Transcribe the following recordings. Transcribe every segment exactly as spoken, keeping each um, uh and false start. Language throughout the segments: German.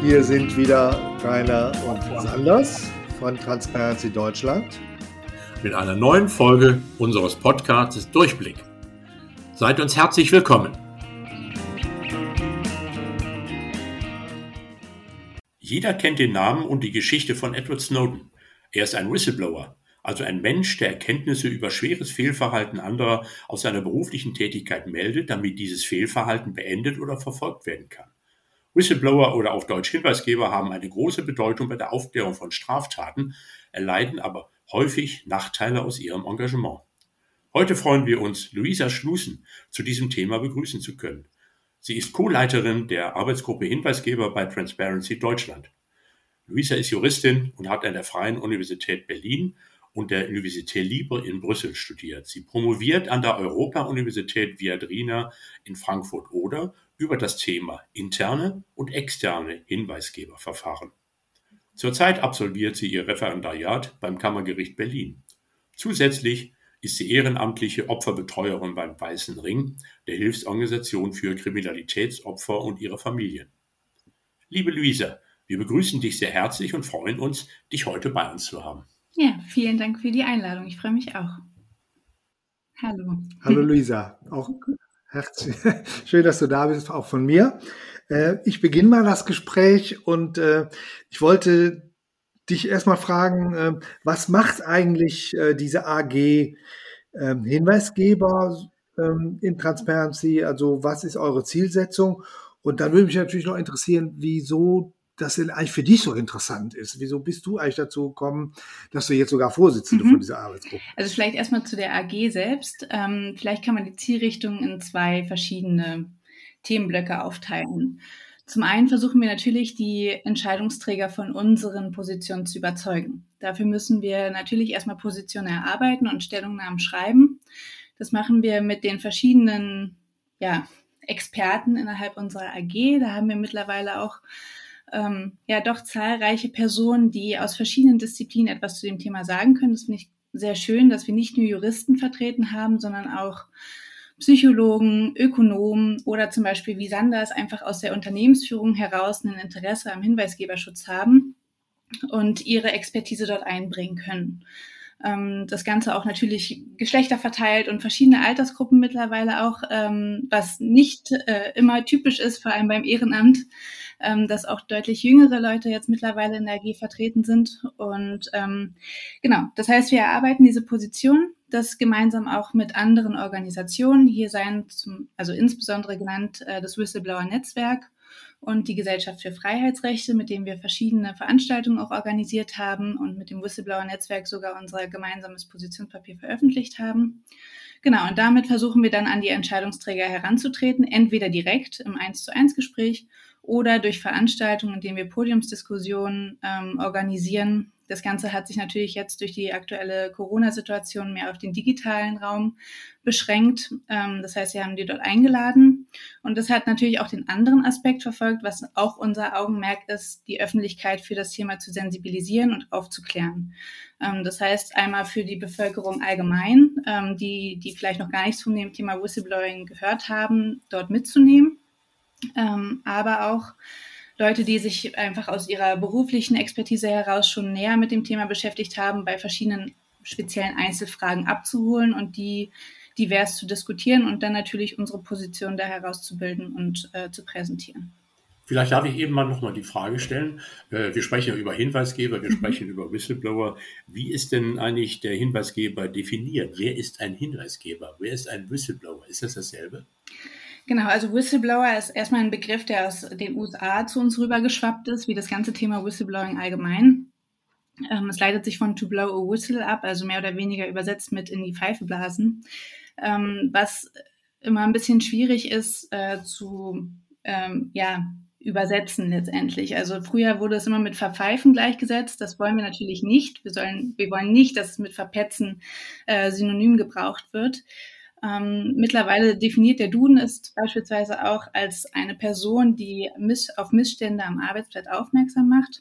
Hier sind wieder Rainer und Sanders von Transparency Deutschland mit einer neuen Folge unseres Podcasts Durchblick. Seid uns herzlich willkommen. Jeder kennt den Namen und die Geschichte von Edward Snowden. Er ist ein Whistleblower, also ein Mensch, der Erkenntnisse über schweres Fehlverhalten anderer aus seiner beruflichen Tätigkeit meldet, damit dieses Fehlverhalten beendet oder verfolgt werden kann. Whistleblower oder auf Deutsch Hinweisgeber haben eine große Bedeutung bei der Aufklärung von Straftaten, erleiden aber häufig Nachteile aus ihrem Engagement. Heute freuen wir uns, Luisa Schlußen zu diesem Thema begrüßen zu können. Sie ist Co-Leiterin der Arbeitsgruppe Hinweisgeber bei Transparency Deutschland. Luisa ist Juristin und hat an der Freien Universität Berlin und der Université Libre in Brüssel studiert. Sie promoviert an der Europa-Universität Viadrina in Frankfurt-Oder über das Thema interne und externe Hinweisgeberverfahren. Zurzeit absolviert sie ihr Referendariat beim Kammergericht Berlin. Zusätzlich ist sie ehrenamtliche Opferbetreuerin beim Weißen Ring, der Hilfsorganisation für Kriminalitätsopfer und ihre Familien. Liebe Luisa, wir begrüßen dich sehr herzlich und freuen uns, dich heute bei uns zu haben. Ja, vielen Dank für die Einladung. Ich freue mich auch. Hallo. Hallo Luisa, auch herzlich schön, dass du da bist, auch von mir. Äh, ich beginne mal das Gespräch und äh, ich wollte dich erstmal fragen, äh, was macht eigentlich äh, diese A G äh, Hinweisgeber ähm, in Transparency? Also was ist eure Zielsetzung? Und dann würde mich natürlich noch interessieren, wieso das denn eigentlich für dich so interessant ist. Wieso bist du eigentlich dazu gekommen, dass du jetzt sogar Vorsitzende mhm. von dieser Arbeitsgruppe bist? Also vielleicht erstmal zu der A G selbst. Ähm, vielleicht kann man die Zielrichtung in zwei verschiedene Themenblöcke aufteilen. Zum einen versuchen wir natürlich, die Entscheidungsträger von unseren Positionen zu überzeugen. Dafür müssen wir natürlich erstmal Positionen erarbeiten und Stellungnahmen schreiben. Das machen wir mit den verschiedenen ja, Experten innerhalb unserer A G. Da haben wir mittlerweile auch ähm, ja doch zahlreiche Personen, die aus verschiedenen Disziplinen etwas zu dem Thema sagen können. Das finde ich sehr schön, dass wir nicht nur Juristen vertreten haben, sondern auch Psychologen, Ökonomen oder zum Beispiel wie Sanders einfach aus der Unternehmensführung heraus ein Interesse am Hinweisgeberschutz haben und ihre Expertise dort einbringen können. Ähm, das Ganze auch natürlich geschlechterverteilt und verschiedene Altersgruppen mittlerweile auch, ähm, was nicht äh, immer typisch ist, vor allem beim Ehrenamt, ähm, dass auch deutlich jüngere Leute jetzt mittlerweile in der A G vertreten sind. Und ähm, genau, das heißt, wir erarbeiten diese Position, das gemeinsam auch mit anderen Organisationen. Hier seien zum, also insbesondere genannt äh, das Whistleblower-Netzwerk und die Gesellschaft für Freiheitsrechte, mit dem wir verschiedene Veranstaltungen auch organisiert haben und mit dem Whistleblower-Netzwerk sogar unser gemeinsames Positionspapier veröffentlicht haben. Genau, und damit versuchen wir dann an die Entscheidungsträger heranzutreten, entweder direkt im eins zu eins Gespräch oder durch Veranstaltungen, in denen wir Podiumsdiskussionen ähm, organisieren. Das Ganze hat sich natürlich jetzt durch die aktuelle Corona-Situation mehr auf den digitalen Raum beschränkt. Ähm, das heißt, wir haben die dort eingeladen. Und das hat natürlich auch den anderen Aspekt verfolgt, was auch unser Augenmerk ist, die Öffentlichkeit für das Thema zu sensibilisieren und aufzuklären. Ähm, das heißt, einmal für die Bevölkerung allgemein, ähm, die, die vielleicht noch gar nichts von dem Thema Whistleblowing gehört haben, dort mitzunehmen. Ähm, aber auch Leute, die sich einfach aus ihrer beruflichen Expertise heraus schon näher mit dem Thema beschäftigt haben, bei verschiedenen speziellen Einzelfragen abzuholen und die divers zu diskutieren und dann natürlich unsere Position da herauszubilden und äh, zu präsentieren. Vielleicht darf ich eben mal nochmal die Frage stellen. Wir sprechen ja über Hinweisgeber, wir mhm. sprechen über Whistleblower. Wie ist denn eigentlich der Hinweisgeber definiert? Wer ist ein Hinweisgeber? Wer ist ein Whistleblower? Ist das dasselbe? Genau, also Whistleblower ist erstmal ein Begriff, der aus den U S A zu uns rübergeschwappt ist, wie das ganze Thema Whistleblowing allgemein. Ähm, es leitet sich von to blow a whistle ab, also mehr oder weniger übersetzt mit in die Pfeife blasen, ähm, was immer ein bisschen schwierig ist äh, zu ähm, ja, übersetzen letztendlich. Also früher wurde es immer mit Verpfeifen gleichgesetzt, das wollen wir natürlich nicht. Wir, sollen, wir wollen nicht, dass es mit Verpetzen äh, synonym gebraucht wird. Ähm, mittlerweile definiert der Duden es beispielsweise auch als eine Person, die miss- auf Missstände am Arbeitsplatz aufmerksam macht.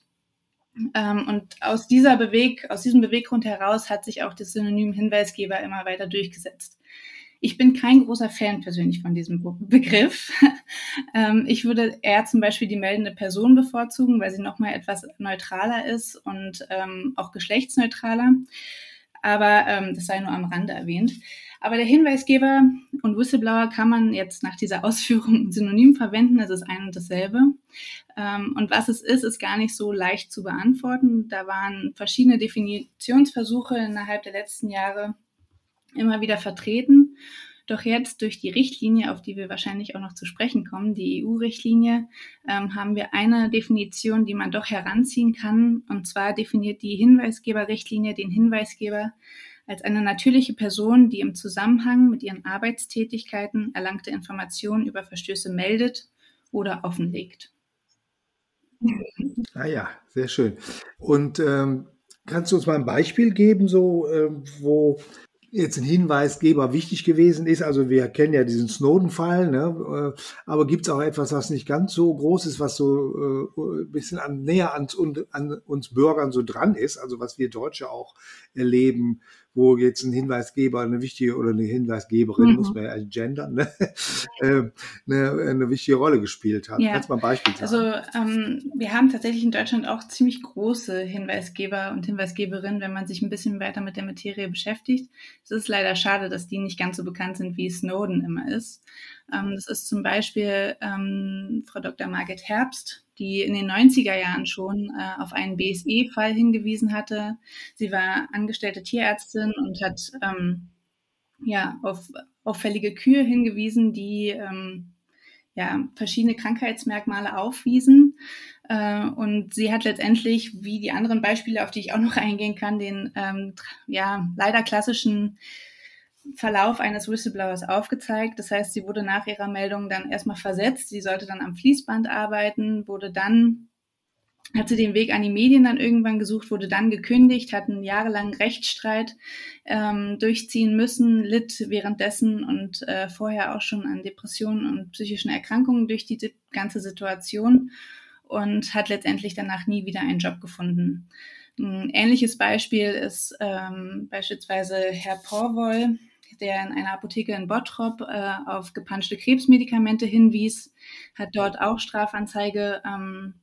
Ähm, und aus dieser Beweg, aus diesem Beweggrund heraus hat sich auch das Synonym Hinweisgeber immer weiter durchgesetzt. Ich bin kein großer Fan persönlich von diesem Begriff. ähm, ich würde eher zum Beispiel die meldende Person bevorzugen, weil sie nochmal etwas neutraler ist und ähm, auch geschlechtsneutraler. Aber ähm, das sei nur am Rande erwähnt. Aber der Hinweisgeber und Whistleblower kann man jetzt nach dieser Ausführung synonym verwenden. Es ist ein und dasselbe. Ähm, und was es ist, ist gar nicht so leicht zu beantworten. Da waren verschiedene Definitionsversuche innerhalb der letzten Jahre immer wieder vertreten. Doch jetzt durch die Richtlinie, auf die wir wahrscheinlich auch noch zu sprechen kommen, die E U-Richtlinie, ähm, haben wir eine Definition, die man doch heranziehen kann. Und zwar definiert die Hinweisgeberrichtlinie den Hinweisgeber als eine natürliche Person, die im Zusammenhang mit ihren Arbeitstätigkeiten erlangte Informationen über Verstöße meldet oder offenlegt. Ah ja, sehr schön. Und ähm, kannst du uns mal ein Beispiel geben, so ähm, wo jetzt ein Hinweisgeber wichtig gewesen ist? Also wir kennen ja diesen Snowden-Fall, ne? Äh, aber gibt es auch etwas, was nicht ganz so groß ist, was so äh, ein bisschen an, näher ans, an uns Bürgern so dran ist, also was wir Deutsche auch erleben, wo jetzt ein Hinweisgeber eine wichtige oder eine Hinweisgeberin, mhm. muss man ja gendern, ne? äh, eine, eine wichtige Rolle gespielt hat. Ja. Kannst du mal ein Beispiel sagen? Also ähm, wir haben tatsächlich in Deutschland auch ziemlich große Hinweisgeber und Hinweisgeberinnen, wenn man sich ein bisschen weiter mit der Materie beschäftigt. Es ist leider schade, dass die nicht ganz so bekannt sind, wie Snowden immer ist. Ähm, das ist zum Beispiel ähm, Frau Doktor Margit Herbst, die in den neunziger Jahren schon äh, auf einen B S E-Fall hingewiesen hatte. Sie war angestellte Tierärztin und hat ähm, ja auf auffällige Kühe hingewiesen, die ähm, ja, verschiedene Krankheitsmerkmale aufwiesen. Äh, und sie hat letztendlich, wie die anderen Beispiele, auf die ich auch noch eingehen kann, den ähm, ja, leider klassischen Verlauf eines Whistleblowers aufgezeigt. Das heißt, sie wurde nach ihrer Meldung dann erstmal versetzt. Sie sollte dann am Fließband arbeiten, wurde dann hat sie den Weg an die Medien dann irgendwann gesucht, wurde dann gekündigt, hat einen jahrelangen Rechtsstreit ähm, durchziehen müssen, litt währenddessen und äh, vorher auch schon an Depressionen und psychischen Erkrankungen durch die ganze Situation und hat letztendlich danach nie wieder einen Job gefunden. Ein ähnliches Beispiel ist ähm, beispielsweise Herr Porwoll, der in einer Apotheke in Bottrop äh, auf gepanschte Krebsmedikamente hinwies, hat dort auch Strafanzeige ähm,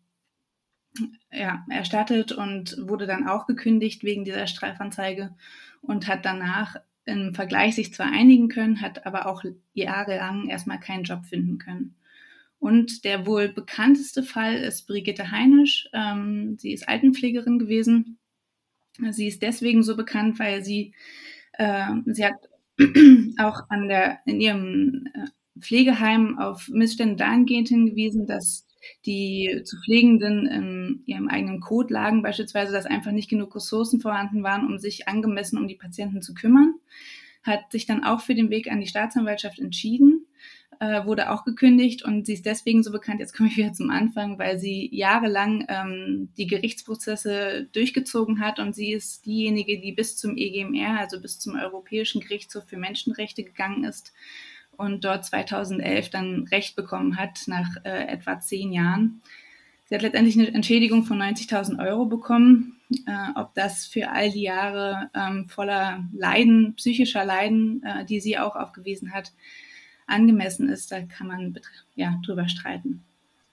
ja, erstattet und wurde dann auch gekündigt wegen dieser Strafanzeige und hat danach im Vergleich sich zwar einigen können, hat aber auch jahrelang erstmal keinen Job finden können. Und der wohl bekannteste Fall ist Brigitte Heinisch. Ähm, sie ist Altenpflegerin gewesen. Sie ist deswegen so bekannt, weil sie, äh, sie hat auch an der, in ihrem Pflegeheim auf Missstände dahingehend hingewiesen, dass die zu Pflegenden in ihrem eigenen Code lagen, beispielsweise, dass einfach nicht genug Ressourcen vorhanden waren, um sich angemessen um die Patienten zu kümmern, hat sich dann auch für den Weg an die Staatsanwaltschaft entschieden, äh, wurde auch gekündigt und sie ist deswegen so bekannt, jetzt komme ich wieder zum Anfang, weil sie jahrelang ähm, die Gerichtsprozesse durchgezogen hat und sie ist diejenige, die bis zum E G M R, also bis zum Europäischen Gerichtshof für Menschenrechte gegangen ist und dort zweitausendelf dann Recht bekommen hat nach äh, etwa zehn Jahren. Sie hat letztendlich eine Entschädigung von neunzigtausend Euro bekommen. Äh, ob das für all die Jahre ähm, voller Leiden, psychischer Leiden, äh, die sie auch aufgewiesen hat, angemessen ist, da kann man ja drüber streiten.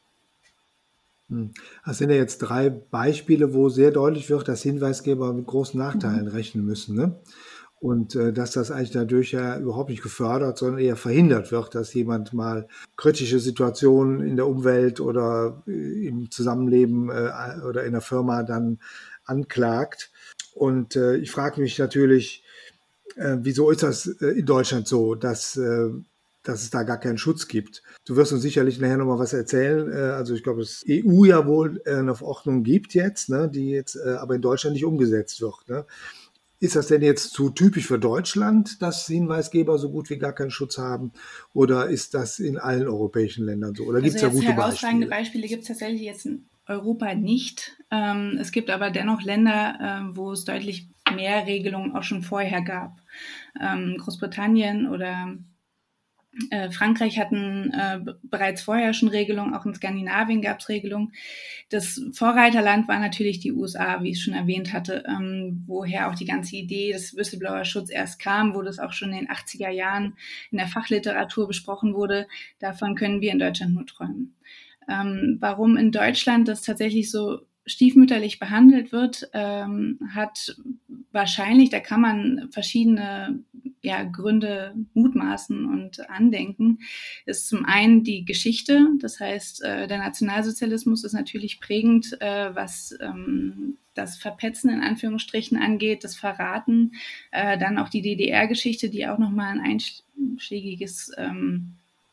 Das sind ja jetzt drei Beispiele, wo sehr deutlich wird, dass Hinweisgeber mit großen Nachteilen mhm. rechnen müssen, ne? Und äh, dass das eigentlich dadurch ja überhaupt nicht gefördert, sondern eher verhindert wird, dass jemand mal kritische Situationen in der Umwelt oder äh, im Zusammenleben äh, oder in der Firma dann anklagt. Und äh, ich frage mich natürlich, äh, wieso ist das äh, in Deutschland so, dass, äh, dass es da gar keinen Schutz gibt? Du wirst uns sicherlich nachher nochmal was erzählen. Äh, also ich glaube, dass E U ja wohl äh, eine Verordnung gibt jetzt, ne, die jetzt äh, aber in Deutschland nicht umgesetzt wird, ne? Ist das denn jetzt zu typisch für Deutschland, dass Hinweisgeber so gut wie gar keinen Schutz haben? Oder ist das in allen europäischen Ländern so? Oder gibt es also da gute herausragende Beispiele? Beispiele gibt es tatsächlich jetzt in Europa nicht. Ähm, es gibt aber dennoch Länder, äh, wo es deutlich mehr Regelungen auch schon vorher gab. Ähm, Großbritannien oder Äh, Frankreich hatten äh, bereits vorher schon Regelungen, auch in Skandinavien gab es Regelungen. Das Vorreiterland war natürlich die U S A, wie ich es schon erwähnt hatte, ähm, woher auch die ganze Idee des Whistleblower-Schutz erst kam, wo das auch schon in den achtziger Jahren in der Fachliteratur besprochen wurde. Davon können wir in Deutschland nur träumen. Ähm, warum in Deutschland das tatsächlich so stiefmütterlich behandelt wird, ähm, hat wahrscheinlich, da kann man verschiedene ja, Gründe mutmaßen und andenken, ist zum einen die Geschichte. Das heißt, äh, der Nationalsozialismus ist natürlich prägend, äh, was ähm, das Verpetzen in Anführungsstrichen angeht, das Verraten. Äh, dann auch die D D R-Geschichte, die auch nochmal ein einschlägiges ähm,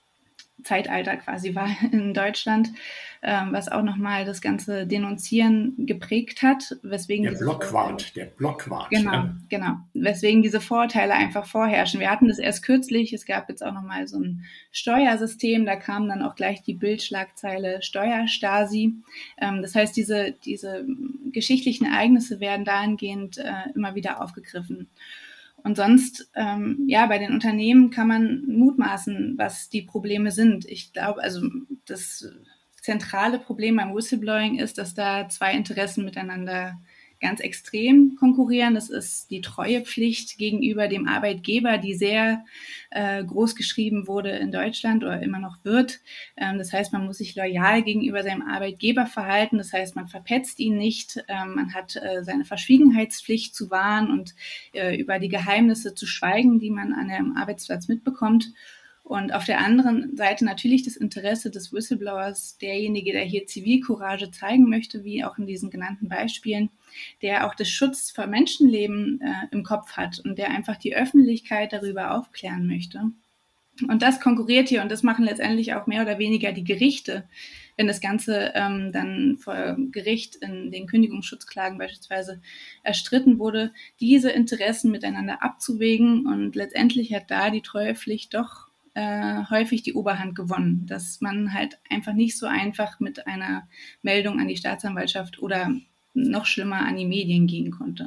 Zeitalter quasi war in Deutschland, ähm, was auch nochmal das ganze Denunzieren geprägt hat, weswegen der diese Blockwart, der Blockwart. Genau, Ja. genau. Weswegen diese Vorurteile einfach vorherrschen. Wir hatten das erst kürzlich, es gab jetzt auch nochmal so ein Steuersystem, da kam dann auch gleich die Bildschlagzeile Steuerstasi. Ähm, das heißt, diese, diese geschichtlichen Ereignisse werden dahingehend äh, immer wieder aufgegriffen. Und sonst, ähm, ja, bei den Unternehmen kann man mutmaßen, was die Probleme sind. Ich glaube, also das zentrale Problem beim Whistleblowing ist, dass da zwei Interessen miteinander ganz extrem konkurrieren. Das ist die Treuepflicht gegenüber dem Arbeitgeber, die sehr äh, groß geschrieben wurde in Deutschland oder immer noch wird. Ähm, das heißt, man muss sich loyal gegenüber seinem Arbeitgeber verhalten. Das heißt, man verpetzt ihn nicht. Ähm, man hat äh, seine Verschwiegenheitspflicht zu wahren und äh, über die Geheimnisse zu schweigen, die man an einem Arbeitsplatz mitbekommt. Und auf der anderen Seite natürlich das Interesse des Whistleblowers, derjenige, der hier Zivilcourage zeigen möchte, wie auch in diesen genannten Beispielen, der auch das Schutz vor Menschenleben äh, im Kopf hat und der einfach die Öffentlichkeit darüber aufklären möchte. Und das konkurriert hier und das machen letztendlich auch mehr oder weniger die Gerichte, wenn das Ganze ähm, dann vor Gericht in den Kündigungsschutzklagen beispielsweise erstritten wurde, diese Interessen miteinander abzuwägen. Und letztendlich hat da die Treuepflicht doch äh, häufig die Oberhand gewonnen, dass man halt einfach nicht so einfach mit einer Meldung an die Staatsanwaltschaft oder noch schlimmer an die Medien gehen konnte.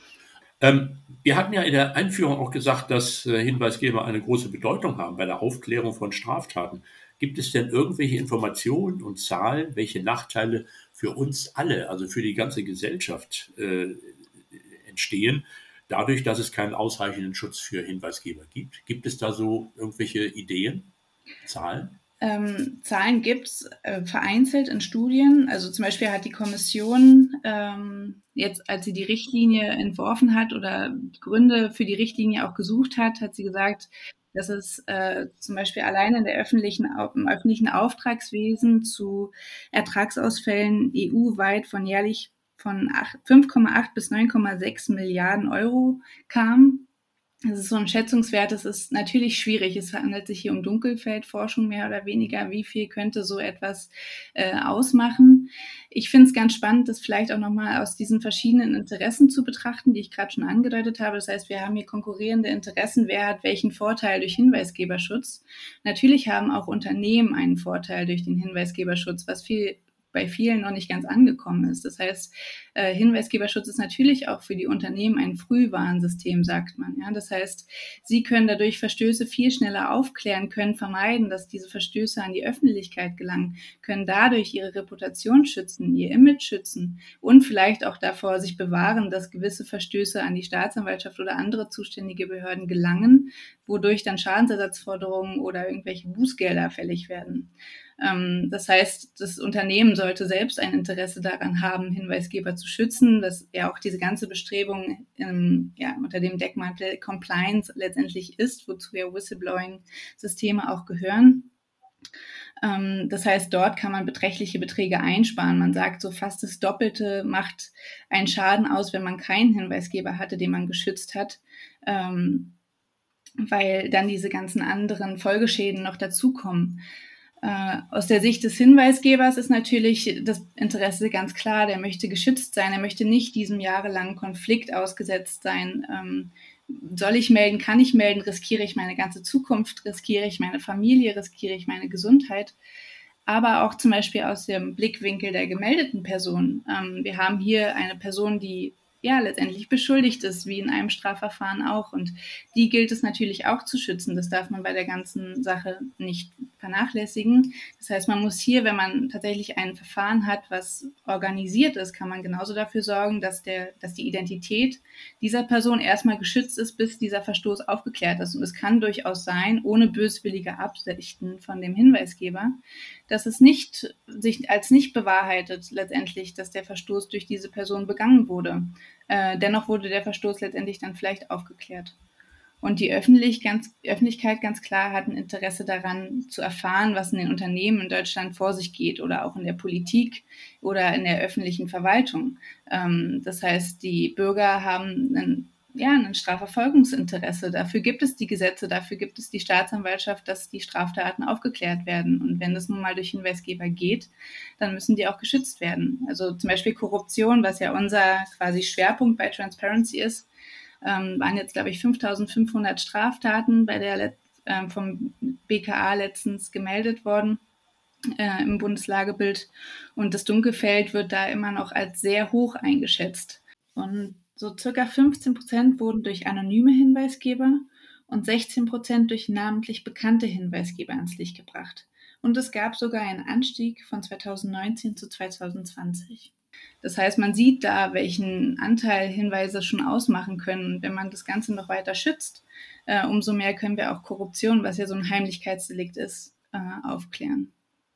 Ähm, wir hatten ja in der Einführung auch gesagt, dass äh, Hinweisgeber eine große Bedeutung haben bei der Aufklärung von Straftaten. Gibt es denn irgendwelche Informationen und Zahlen, welche Nachteile für uns alle, also für die ganze Gesellschaft äh, entstehen, dadurch, dass es keinen ausreichenden Schutz für Hinweisgeber gibt? Gibt es da so irgendwelche Ideen, Zahlen? Ähm, Zahlen gibt es äh, vereinzelt in Studien. Also zum Beispiel hat die Kommission ähm, jetzt, als sie die Richtlinie entworfen hat oder die Gründe für die Richtlinie auch gesucht hat, hat sie gesagt, dass es äh, zum Beispiel allein in der öffentlichen, im öffentlichen Auftragswesen zu Ertragsausfällen E U-weit von jährlich von fünf Komma acht bis neun Komma sechs Milliarden Euro kam. Das ist so ein Schätzungswert, das ist natürlich schwierig. Es handelt sich hier um Dunkelfeldforschung mehr oder weniger. Wie viel könnte so etwas äh, ausmachen? Ich finde es ganz spannend, das vielleicht auch nochmal aus diesen verschiedenen Interessen zu betrachten, die ich gerade schon angedeutet habe. Das heißt, wir haben hier konkurrierende Interessen. Wer hat welchen Vorteil durch Hinweisgeberschutz? Natürlich haben auch Unternehmen einen Vorteil durch den Hinweisgeberschutz, was viel bei vielen noch nicht ganz angekommen ist. Das heißt, äh, Hinweisgeberschutz ist natürlich auch für die Unternehmen ein Frühwarnsystem, sagt man. Ja? Das heißt, sie können dadurch Verstöße viel schneller aufklären, können vermeiden, dass diese Verstöße an die Öffentlichkeit gelangen, können dadurch ihre Reputation schützen, ihr Image schützen und vielleicht auch davor sich bewahren, dass gewisse Verstöße an die Staatsanwaltschaft oder andere zuständige Behörden gelangen, wodurch dann Schadensersatzforderungen oder irgendwelche Bußgelder fällig werden. Das heißt, das Unternehmen sollte selbst ein Interesse daran haben, Hinweisgeber zu schützen, dass ja auch diese ganze Bestrebung ähm, ja, unter dem Deckmantel Compliance letztendlich ist, wozu ja Whistleblowing-Systeme auch gehören. Ähm, das heißt, dort kann man beträchtliche Beträge einsparen. Man sagt, so fast das Doppelte macht einen Schaden aus, wenn man keinen Hinweisgeber hatte, den man geschützt hat. Ähm, weil dann diese ganzen anderen Folgeschäden noch dazukommen. Aus der Sicht des Hinweisgebers ist natürlich das Interesse ganz klar, der möchte geschützt sein, er möchte nicht diesem jahrelangen Konflikt ausgesetzt sein. Ähm, soll ich melden, kann ich melden, riskiere ich meine ganze Zukunft, riskiere ich meine Familie, riskiere ich meine Gesundheit. Aber auch zum Beispiel aus dem Blickwinkel der gemeldeten Person. Ähm, wir haben hier eine Person, die ja letztendlich beschuldigt ist, wie in einem Strafverfahren auch. Und die gilt es natürlich auch zu schützen. Das darf man bei der ganzen Sache nicht vernachlässigen. Das heißt, man muss hier, wenn man tatsächlich ein Verfahren hat, was organisiert ist, kann man genauso dafür sorgen, dass, der, dass die Identität dieser Person erstmal geschützt ist, bis dieser Verstoß aufgeklärt ist. Und es kann durchaus sein, ohne böswillige Absichten von dem Hinweisgeber, dass es nicht, sich als nicht bewahrheitet letztendlich, dass der Verstoß durch diese Person begangen wurde. Äh, dennoch wurde der Verstoß letztendlich dann vielleicht aufgeklärt. Und die Öffentlich ganz, Öffentlichkeit ganz klar hat ein Interesse daran, zu erfahren, was in den Unternehmen in Deutschland vor sich geht oder auch in der Politik oder in der öffentlichen Verwaltung. Ähm, das heißt, die Bürger haben einen, ja, ein Strafverfolgungsinteresse. Dafür gibt es die Gesetze, dafür gibt es die Staatsanwaltschaft, dass die Straftaten aufgeklärt werden. Und wenn das nun mal durch Hinweisgeber geht, dann müssen die auch geschützt werden. Also zum Beispiel Korruption, was ja unser quasi Schwerpunkt bei Transparency ist, ähm, waren jetzt, glaube ich, fünftausendfünfhundert Straftaten bei der Let- äh, vom B K A letztens gemeldet worden äh, im Bundeslagebild. Und das Dunkelfeld wird da immer noch als sehr hoch eingeschätzt. Und so circa fünfzehn Prozent wurden durch anonyme Hinweisgeber und sechzehn Prozent durch namentlich bekannte Hinweisgeber ans Licht gebracht. Und es gab sogar einen Anstieg von zweitausendneunzehn zu zweitausendzwanzig. Das heißt, man sieht da, welchen Anteil Hinweise schon ausmachen können. Und wenn man das Ganze noch weiter schützt, äh, umso mehr können wir auch Korruption, was ja so ein Heimlichkeitsdelikt ist, äh, aufklären.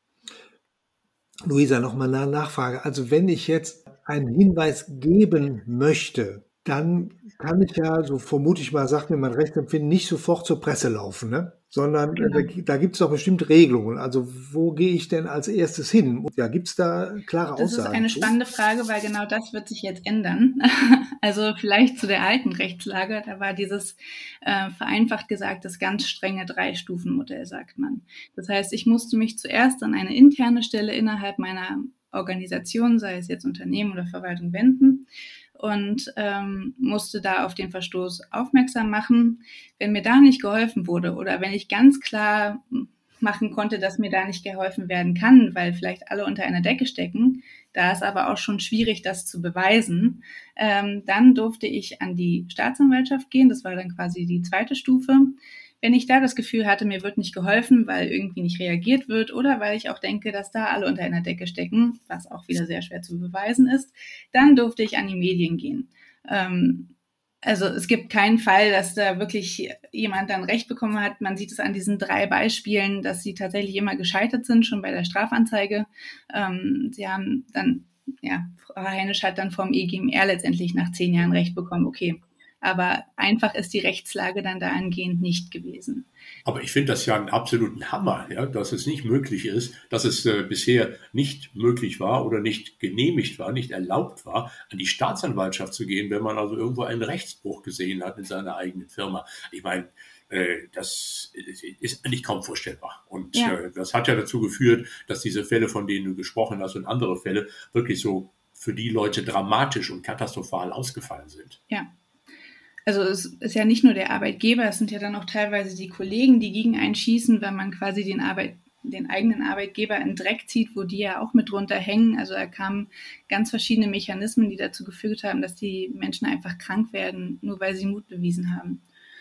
Luisa, nochmal eine Nachfrage. Also wenn ich jetzt einen Hinweis geben möchte, dann kann ich ja, so vermute ich mal, sagt mir mein Rechtsempfinden, nicht sofort zur Presse laufen, ne? Sondern Genau. äh, da, da gibt es doch bestimmte Regelungen. Also wo gehe ich denn als erstes hin? Ja, gibt es da klare Das ist Aussagen eine zu? spannende Frage, weil genau das wird sich jetzt ändern. Also vielleicht zu der alten Rechtslage, da war dieses äh, vereinfacht gesagt das ganz strenge Drei-Stufen-Modell, sagt man. Das heißt, ich musste mich zuerst an eine interne Stelle innerhalb meiner Organisation, sei es jetzt Unternehmen oder Verwaltung, wenden und ähm, musste da auf den Verstoß aufmerksam machen. Wenn mir da nicht geholfen wurde oder wenn ich ganz klar machen konnte, dass mir da nicht geholfen werden kann, weil vielleicht alle unter einer Decke stecken, da ist aber auch schon schwierig, das zu beweisen, ähm, dann durfte ich an die Staatsanwaltschaft gehen, das war dann quasi die zweite Stufe. Wenn ich da das Gefühl hatte, mir wird nicht geholfen, weil irgendwie nicht reagiert wird oder weil ich auch denke, dass da alle unter einer Decke stecken, was auch wieder sehr schwer zu beweisen ist, dann durfte ich an die Medien gehen. Ähm, also es gibt keinen Fall, dass da wirklich jemand dann Recht bekommen hat. Man sieht es an diesen drei Beispielen, dass sie tatsächlich immer gescheitert sind, schon bei der Strafanzeige. Ähm, sie haben dann, ja, Frau Heinisch hat dann vom E G M R letztendlich nach zehn Jahren Recht bekommen, okay. Aber einfach ist die Rechtslage dann dahingehend nicht gewesen. Aber ich finde das ja einen absoluten Hammer, ja, dass es nicht möglich ist, dass es äh, bisher nicht möglich war oder nicht genehmigt war, nicht erlaubt war, an die Staatsanwaltschaft zu gehen, wenn man also irgendwo einen Rechtsbruch gesehen hat in seiner eigenen Firma. Ich meine, äh, das ist eigentlich kaum vorstellbar. Und Ja. äh, das hat ja dazu geführt, dass diese Fälle, von denen du gesprochen hast und andere Fälle, wirklich so für die Leute dramatisch und katastrophal ausgefallen sind. Ja. Also es ist ja nicht nur der Arbeitgeber, es sind ja dann auch teilweise die Kollegen, die gegen einen schießen, wenn man quasi den, Arbeit, den eigenen Arbeitgeber in den Dreck zieht, wo die ja auch mit drunter hängen. Also da kamen ganz verschiedene Mechanismen, die dazu geführt haben, dass die Menschen einfach krank werden, nur weil sie Mut bewiesen haben.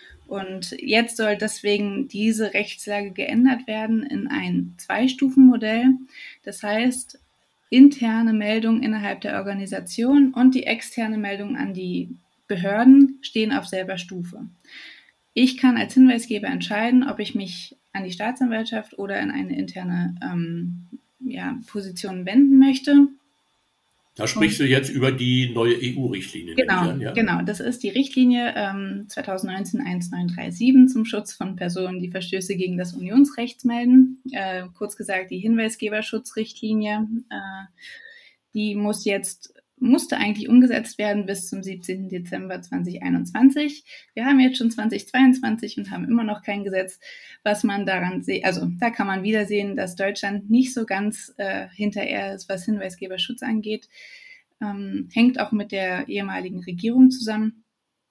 Und jetzt soll deswegen diese Rechtslage geändert werden in ein Zwei-Stufen-Modell. Das heißt, interne Meldung innerhalb der Organisation und die externe Meldung an die Behörden stehen auf selber Stufe. Ich kann als Hinweisgeber entscheiden, ob ich mich an die Staatsanwaltschaft oder in eine interne ähm, ja, Position wenden möchte. Da sprichst du jetzt über die neue E U-Richtlinie. Genau, an, ja? genau. Das ist die Richtlinie ähm, zweitausendneunzehn neunzehnhundertsiebenunddreißig zum Schutz von Personen, die Verstöße gegen das Unionsrecht melden. Äh, kurz gesagt die Hinweisgeberschutzrichtlinie. Äh, die muss jetzt musste eigentlich umgesetzt werden bis zum siebzehnten Dezember zweitausendeinundzwanzig. Wir haben jetzt schon zweitausendzweiundzwanzig und haben immer noch kein Gesetz, was man daran sieht. Also da kann man wieder sehen, dass Deutschland nicht so ganz äh, hinterher ist, was Hinweisgeberschutz angeht. Ähm, hängt auch mit der ehemaligen Regierung zusammen,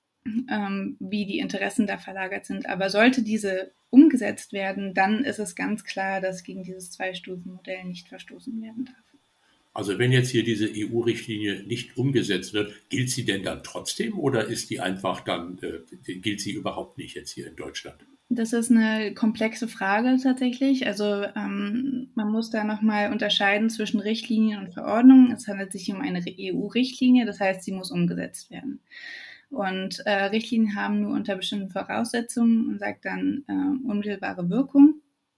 ähm, wie die Interessen da verlagert sind. Aber sollte diese umgesetzt werden, dann ist es ganz klar, dass gegen dieses Zwei-Stufen-Modell nicht verstoßen werden darf. Also wenn jetzt hier diese E U-Richtlinie nicht umgesetzt wird, gilt sie denn dann trotzdem oder ist die einfach dann, äh, gilt sie überhaupt nicht jetzt hier in Deutschland? Das ist eine komplexe Frage tatsächlich. Also ähm, man muss da nochmal unterscheiden zwischen Richtlinien und Verordnungen. Es handelt sich um eine E U-Richtlinie, das heißt, sie muss umgesetzt werden. Und äh, Richtlinien haben nur unter bestimmten Voraussetzungen und sagt dann äh, unmittelbare Wirkung.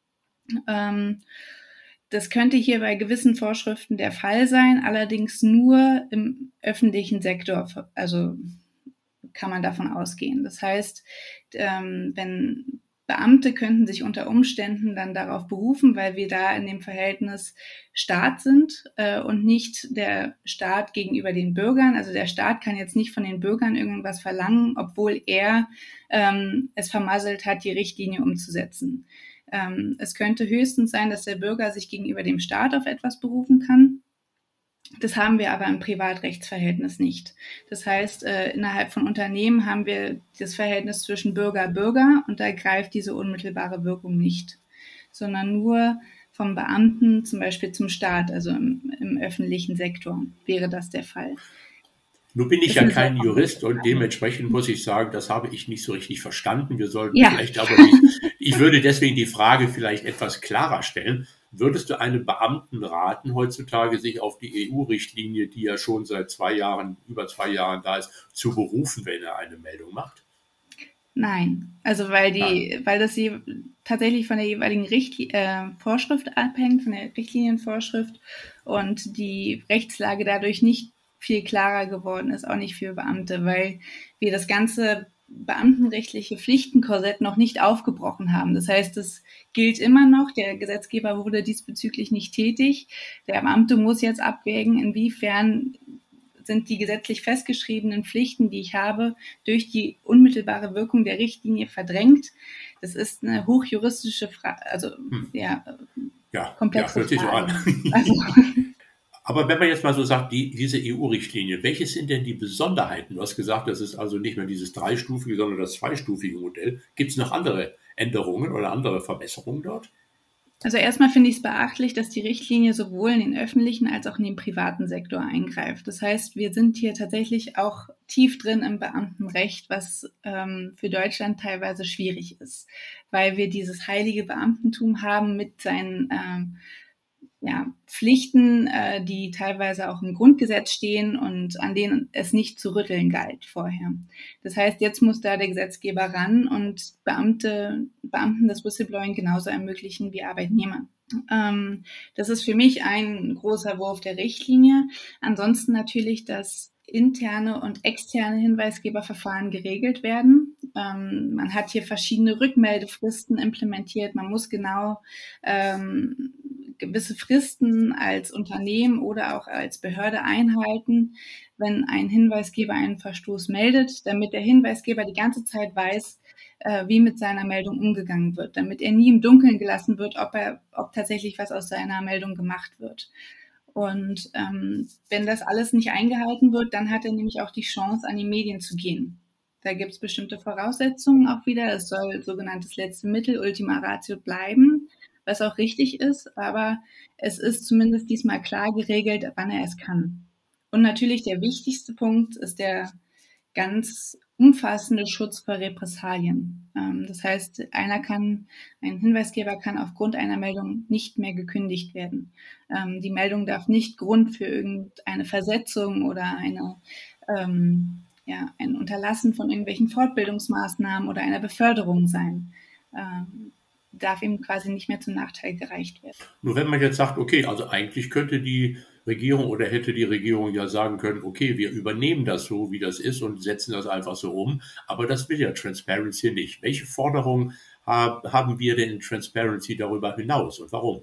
Ähm, das könnte hier bei gewissen Vorschriften der Fall sein, allerdings nur im öffentlichen Sektor, also kann man davon ausgehen. Das heißt, ähm, wenn Beamte könnten sich unter Umständen dann darauf berufen, weil wir da in dem Verhältnis Staat sind äh, und nicht der Staat gegenüber den Bürgern. Also der Staat kann jetzt nicht von den Bürgern irgendwas verlangen, obwohl er ähm, es vermasselt hat, die Richtlinie umzusetzen. Ähm, es könnte höchstens sein, dass der Bürger sich gegenüber dem Staat auf etwas berufen kann. Das haben wir aber im Privatrechtsverhältnis nicht. Das heißt, äh, innerhalb von Unternehmen haben wir das Verhältnis zwischen Bürger-Bürger und da greift diese unmittelbare Wirkung nicht, sondern nur vom Beamten zum Beispiel zum Staat, also im, im öffentlichen Sektor wäre das der Fall. Nun bin ich ja kein Jurist und dementsprechend muss ich sagen, das habe ich nicht so richtig verstanden. Wir sollten ja. vielleicht aber nicht, ich würde deswegen die Frage vielleicht etwas klarer stellen. Würdest du einem Beamten raten, heutzutage sich auf die E U-Richtlinie, die ja schon seit zwei Jahren, über zwei Jahren da ist, zu berufen, wenn er eine Meldung macht? Nein, also weil die, Nein. weil das je, tatsächlich von der jeweiligen Richtli- äh, Vorschrift abhängt, von der Richtlinienvorschrift und die Rechtslage dadurch nicht viel klarer geworden ist, auch nicht für Beamte, weil wir das ganze beamtenrechtliche Pflichtenkorsett noch nicht aufgebrochen haben. Das heißt, es gilt immer noch, der Gesetzgeber wurde diesbezüglich nicht tätig. Der Beamte muss jetzt abwägen, inwiefern sind die gesetzlich festgeschriebenen Pflichten, die ich habe, durch die unmittelbare Wirkung der Richtlinie verdrängt. Das ist eine hochjuristische Frage, also hm. ja, ja, komplexe ja, hört sich so an. Also, aber wenn man jetzt mal so sagt, die, diese E U-Richtlinie, welche sind denn die Besonderheiten? Du hast gesagt, das ist also nicht mehr dieses dreistufige, sondern das zweistufige Modell. Gibt es noch andere Änderungen oder andere Verbesserungen dort? Also erstmal finde ich es beachtlich, dass die Richtlinie sowohl in den öffentlichen als auch in den privaten Sektor eingreift. Das heißt, wir sind hier tatsächlich auch tief drin im Beamtenrecht, was ähm, für Deutschland teilweise schwierig ist, weil wir dieses heilige Beamtentum haben mit seinen ähm, ja, Pflichten, äh, die teilweise auch im Grundgesetz stehen und an denen es nicht zu rütteln galt vorher. Das heißt, jetzt muss da der Gesetzgeber ran und Beamte, Beamten das Whistleblowing genauso ermöglichen wie Arbeitnehmer. Ähm, das ist für mich ein großer Wurf der Richtlinie. Ansonsten natürlich, dass interne und externe Hinweisgeberverfahren geregelt werden. Ähm, man hat hier verschiedene Rückmeldefristen implementiert. Man muss genau ähm, gewisse Fristen als Unternehmen oder auch als Behörde einhalten, wenn ein Hinweisgeber einen Verstoß meldet, damit der Hinweisgeber die ganze Zeit weiß, äh, wie mit seiner Meldung umgegangen wird, damit er nie im Dunkeln gelassen wird, ob er, ob tatsächlich was aus seiner Meldung gemacht wird. Und ähm, wenn das alles nicht eingehalten wird, dann hat er nämlich auch die Chance, an die Medien zu gehen. Da gibt es bestimmte Voraussetzungen auch wieder. Es soll sogenanntes letzte Mittel, Ultima Ratio bleiben, was auch richtig ist, aber es ist zumindest diesmal klar geregelt, wann er es kann. Und natürlich der wichtigste Punkt ist der ganz umfassende Schutz vor Repressalien. Ähm, das heißt, einer kann, ein Hinweisgeber kann aufgrund einer Meldung nicht mehr gekündigt werden. Ähm, die Meldung darf nicht Grund für irgendeine Versetzung oder eine, ähm, ja, ein Unterlassen von irgendwelchen Fortbildungsmaßnahmen oder einer Beförderung sein. Ähm, darf ihm quasi nicht mehr zum Nachteil gereicht werden. Nur wenn man jetzt sagt, okay, also eigentlich könnte die Regierung oder hätte die Regierung ja sagen können, okay, wir übernehmen das so, wie das ist und setzen das einfach so um, aber das will ja Transparency nicht. Welche Forderungen hab, haben wir denn in Transparency darüber hinaus und warum?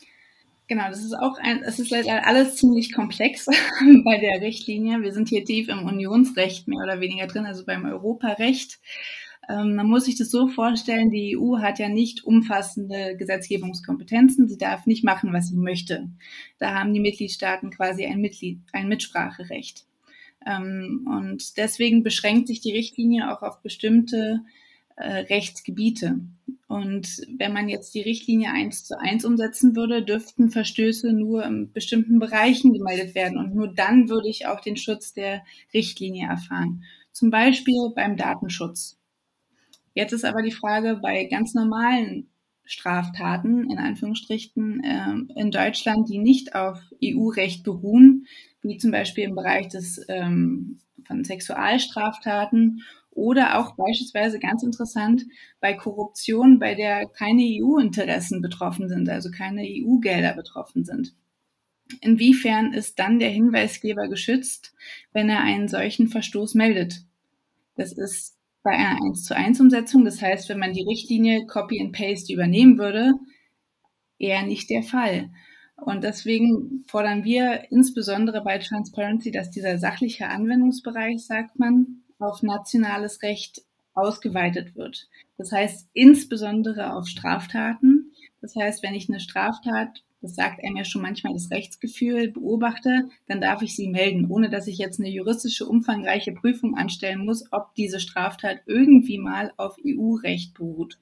Genau, das ist auch ein, es ist leider alles ziemlich komplex bei der Richtlinie. Wir sind hier tief im Unionsrecht mehr oder weniger drin, also beim Europarecht. Ähm, man muss sich das so vorstellen, die E U hat ja nicht umfassende Gesetzgebungskompetenzen. Sie darf nicht machen, was sie möchte. Da haben die Mitgliedstaaten quasi ein, Mitglied, ein Mitspracherecht. Ähm, und deswegen beschränkt sich die Richtlinie auch auf bestimmte äh, Rechtsgebiete. Und wenn man jetzt die Richtlinie eins zu eins umsetzen würde, dürften Verstöße nur in bestimmten Bereichen gemeldet werden. Und nur dann würde ich auch den Schutz der Richtlinie erfahren. Zum Beispiel beim Datenschutz. Jetzt ist aber die Frage, bei ganz normalen Straftaten, in Anführungsstrichen, äh, in Deutschland, die nicht auf E U-Recht beruhen, wie zum Beispiel im Bereich des, ähm, von Sexualstraftaten oder auch beispielsweise ganz interessant bei Korruption, bei der keine E U-Interessen betroffen sind, also keine E U-Gelder betroffen sind. Inwiefern ist dann der Hinweisgeber geschützt, wenn er einen solchen Verstoß meldet? Das ist bei einer eins zu eins Umsetzung, das heißt, wenn man die Richtlinie Copy and Paste übernehmen würde, eher nicht der Fall. Und deswegen fordern wir insbesondere bei Transparency, dass dieser sachliche Anwendungsbereich, sagt man, auf nationales Recht ausgeweitet wird. Das heißt insbesondere auf Straftaten. Das heißt, wenn ich eine Straftat, das sagt einem ja schon manchmal das Rechtsgefühl, beobachte, dann darf ich sie melden, ohne dass ich jetzt eine juristische, umfangreiche Prüfung anstellen muss, ob diese Straftat irgendwie mal auf E U-Recht beruht.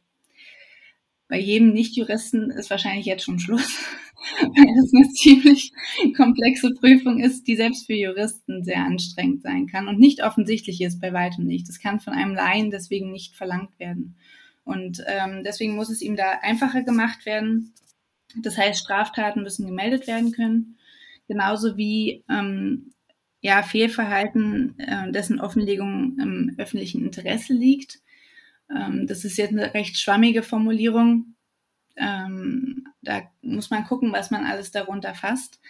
Bei jedem Nicht-Juristen ist wahrscheinlich jetzt schon Schluss, weil das eine ziemlich komplexe Prüfung ist, die selbst für Juristen sehr anstrengend sein kann und nicht offensichtlich ist, bei weitem nicht. Das kann von einem Laien deswegen nicht verlangt werden. Und ähm, deswegen muss es ihm da einfacher gemacht werden. Das heißt, Straftaten müssen gemeldet werden können, genauso wie ähm, ja, Fehlverhalten, äh, dessen Offenlegung im öffentlichen Interesse liegt. Ähm, das ist jetzt eine recht schwammige Formulierung. Ähm, da muss man gucken, was man alles darunter fasst.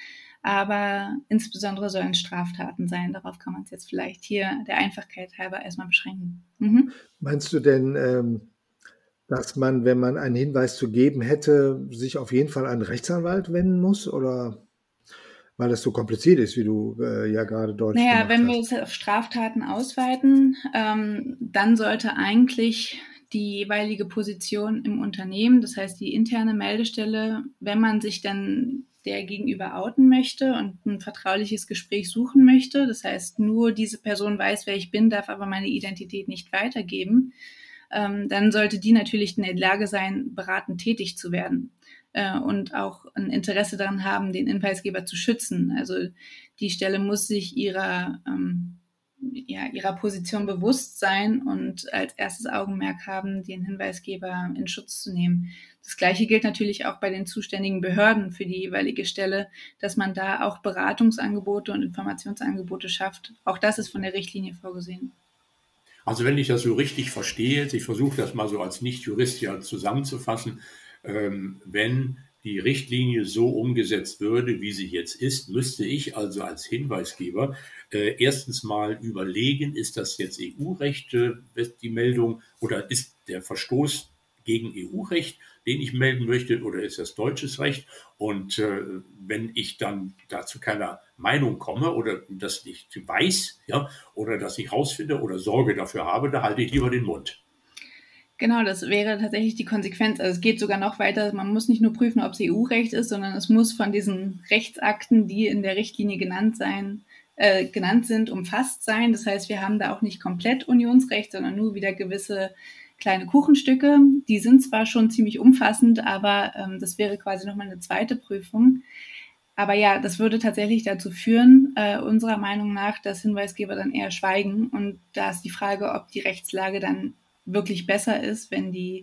Aber insbesondere sollen Straftaten sein. Darauf kann man es jetzt vielleicht hier der Einfachkeit halber erstmal beschränken. Mhm. Meinst du denn, ähm, dass man, wenn man einen Hinweis zu geben hätte, sich auf jeden Fall an einen Rechtsanwalt wenden muss? Oder weil das so kompliziert ist, wie du äh, ja gerade deutlich naja, gemacht wenn hast? wir es auf Straftaten ausweiten, ähm, dann sollte eigentlich die jeweilige Position im Unternehmen, das heißt die interne Meldestelle, wenn man sich dann der gegenüber outen möchte und ein vertrauliches Gespräch suchen möchte, das heißt nur diese Person weiß, wer ich bin, darf aber meine Identität nicht weitergeben, ähm, dann sollte die natürlich in der Lage sein, beratend tätig zu werden äh, und auch ein Interesse daran haben, den Hinweisgeber zu schützen. Also die Stelle muss sich ihrer, ähm, ja, ihrer Position bewusst sein und als erstes Augenmerk haben, den Hinweisgeber in Schutz zu nehmen. Das Gleiche gilt natürlich auch bei den zuständigen Behörden für die jeweilige Stelle, dass man da auch Beratungsangebote und Informationsangebote schafft. Auch das ist von der Richtlinie vorgesehen. Also wenn ich das so richtig verstehe, ich versuche das mal so als Nicht-Jurist ja zusammenzufassen, ähm, wenn die Richtlinie so umgesetzt würde, wie sie jetzt ist, müsste ich also als Hinweisgeber äh, erstens mal überlegen, ist das jetzt E U-Recht, äh, die Meldung, oder ist der Verstoß gegen E U-Recht, den ich melden möchte, oder ist das deutsches Recht? Und äh, wenn ich dann dazu keiner Meinung komme oder das nicht weiß, ja, oder das nicht rausfinde oder Sorge dafür habe, da halte ich lieber den Mund. Genau, das wäre tatsächlich die Konsequenz. Also es geht sogar noch weiter. Man muss nicht nur prüfen, ob es E U-Recht ist, sondern es muss von diesen Rechtsakten, die in der Richtlinie genannt sein, äh, genannt sind, umfasst sein. Das heißt, wir haben da auch nicht komplett Unionsrecht, sondern nur wieder gewisse kleine Kuchenstücke. Die sind zwar schon ziemlich umfassend, aber ähm, das wäre quasi nochmal eine zweite Prüfung. Aber ja, das würde tatsächlich dazu führen, äh, unserer Meinung nach, dass Hinweisgeber dann eher schweigen. Und da ist die Frage, ob die Rechtslage dann wirklich besser ist, wenn die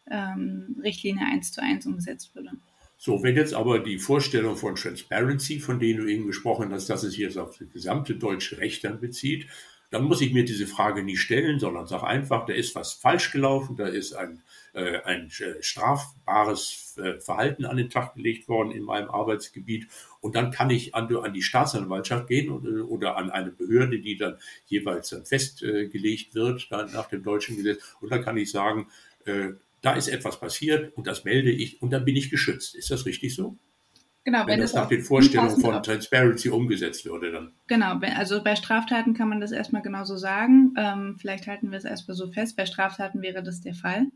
ähm, Richtlinie eins zu eins umgesetzt würde. So, wenn jetzt aber die Vorstellung von Transparency, von denen du eben gesprochen hast, dass es sich jetzt auf das gesamte deutsche Recht dann bezieht, dann muss ich mir diese Frage nicht stellen, sondern sage einfach, da ist was falsch gelaufen, da ist ein, äh, ein strafbares äh, Verhalten an den Tag gelegt worden in meinem Arbeitsgebiet und dann kann ich an, an die Staatsanwaltschaft gehen und, oder an eine Behörde, die dann jeweils dann festgelegt wird dann nach dem deutschen Gesetz und dann kann ich sagen, äh, da ist etwas passiert und das melde ich und dann bin ich geschützt. Ist das richtig so? Genau, wenn, wenn das es nach auch den Vorstellungen von umfassend auf- Transparency umgesetzt würde, dann. Genau, wenn- also bei Straftaten kann man das erstmal genauso sagen. Ähm, vielleicht halten wir es erstmal so fest. Bei Straftaten wäre das der Fall.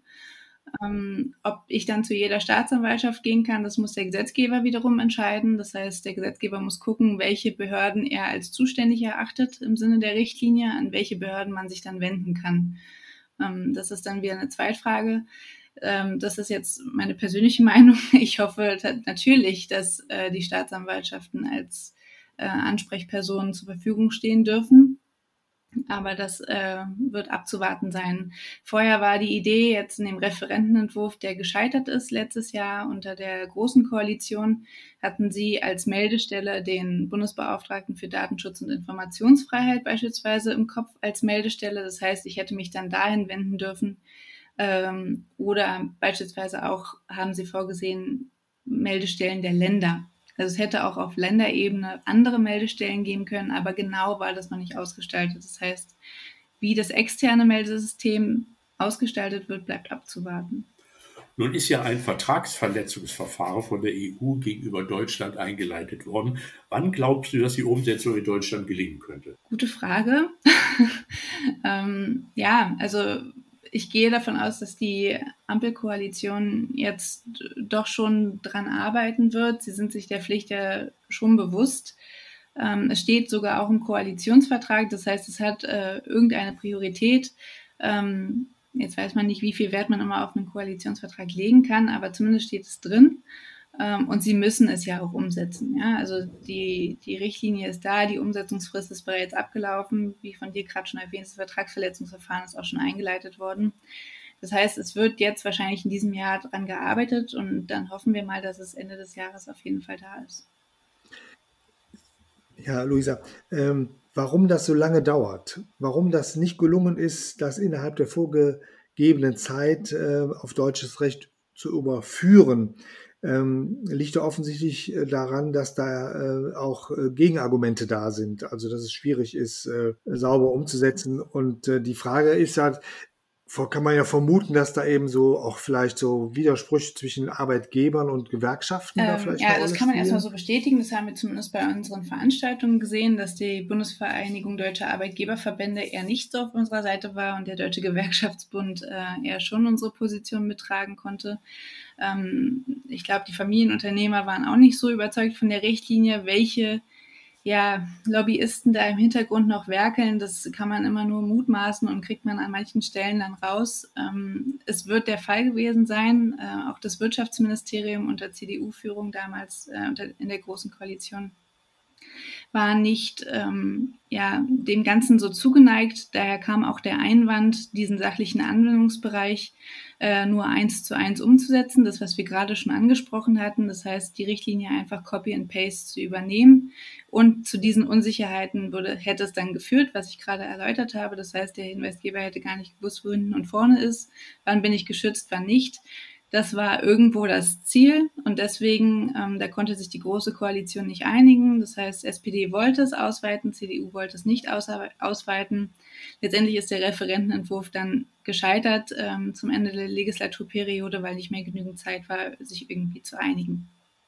Ähm, ob ich dann zu jeder Staatsanwaltschaft gehen kann, das muss der Gesetzgeber wiederum entscheiden. Das heißt, der Gesetzgeber muss gucken, welche Behörden er als zuständig erachtet im Sinne der Richtlinie, an welche Behörden man sich dann wenden kann. Ähm, das ist dann wieder eine Zweitfrage. Ähm, das ist jetzt meine persönliche Meinung. Ich hoffe t- natürlich, dass äh, die Staatsanwaltschaften als äh, Ansprechpersonen zur Verfügung stehen dürfen. Aber das äh, wird abzuwarten sein. Vorher war die Idee jetzt in dem Referentenentwurf, der gescheitert ist letztes Jahr unter der Großen Koalition, hatten sie als Meldestelle den Bundesbeauftragten für Datenschutz und Informationsfreiheit beispielsweise im Kopf als Meldestelle. Das heißt, ich hätte mich dann dahin wenden dürfen. Ähm, oder beispielsweise auch haben sie vorgesehen Meldestellen der Länder. Also es hätte auch auf Länderebene andere Meldestellen geben können, aber genau war das noch nicht ausgestaltet. Das heißt, wie das externe Meldesystem ausgestaltet wird, bleibt abzuwarten. Nun ist ja ein Vertragsverletzungsverfahren von der E U gegenüber Deutschland eingeleitet worden. Wann glaubst du, dass die Umsetzung in Deutschland gelingen könnte? Gute Frage. ähm, ja, also ich gehe davon aus, dass die Ampelkoalition jetzt doch schon dran arbeiten wird. Sie sind sich der Pflicht ja schon bewusst. Ähm, es steht sogar auch im Koalitionsvertrag. Das heißt, es hat äh, irgendeine Priorität. Ähm, jetzt weiß man nicht, wie viel Wert man immer auf einen Koalitionsvertrag legen kann, aber zumindest steht es drin. Ähm, und sie müssen es ja auch umsetzen. Ja? Also die, die Richtlinie ist da, die Umsetzungsfrist ist bereits abgelaufen. Wie von dir gerade schon erwähnt, das Vertragsverletzungsverfahren ist auch schon eingeleitet worden. Das heißt, es wird jetzt wahrscheinlich in diesem Jahr dran gearbeitet und dann hoffen wir mal, dass es Ende des Jahres auf jeden Fall da ist. Ja, Luisa, ähm, warum das so lange dauert, warum das nicht gelungen ist, das innerhalb der vorgegebenen Zeit äh, auf deutsches Recht zu überführen, ähm, liegt ja offensichtlich äh, daran, dass da äh, auch äh, Gegenargumente da sind, also dass es schwierig ist, äh, sauber umzusetzen. Und äh, die Frage ist halt, vor- kann man ja vermuten, dass da eben so auch vielleicht so Widersprüche zwischen Arbeitgebern und Gewerkschaften da Ähm, vielleicht ja, eine das Rolle kann man erstmal spielen. so bestätigen. Das haben wir zumindest bei unseren Veranstaltungen gesehen, dass die Bundesvereinigung Deutscher Arbeitgeberverbände eher nicht so auf unserer Seite war und der Deutsche Gewerkschaftsbund äh, eher schon unsere Position mittragen konnte. Ähm, ich glaube, die Familienunternehmer waren auch nicht so überzeugt von der Richtlinie, welche ja, Lobbyisten da im Hintergrund noch werkeln, das kann man immer nur mutmaßen und kriegt man an manchen Stellen dann raus. Ähm, es wird der Fall gewesen sein, äh, auch das Wirtschaftsministerium unter C D U-Führung damals äh, unter, in der Großen Koalition war nicht ähm, ja, dem Ganzen so zugeneigt. Daher kam auch der Einwand, diesen sachlichen Anwendungsbereich äh, nur eins zu eins umzusetzen. Das, was wir gerade schon angesprochen hatten. Das heißt, die Richtlinie einfach Copy and Paste zu übernehmen. Und zu diesen Unsicherheiten würde, hätte es dann geführt, was ich gerade erläutert habe. Das heißt, der Hinweisgeber hätte gar nicht gewusst, wo hinten und vorne ist. Wann bin ich geschützt, wann nicht. Das war irgendwo das Ziel und deswegen, ähm, da konnte sich die Große Koalition nicht einigen. Das heißt, S P D wollte es ausweiten, C D U wollte es nicht ausweiten. Letztendlich ist der Referentenentwurf dann gescheitert ähm, zum Ende der Legislaturperiode, weil nicht mehr genügend Zeit war, sich irgendwie zu einigen.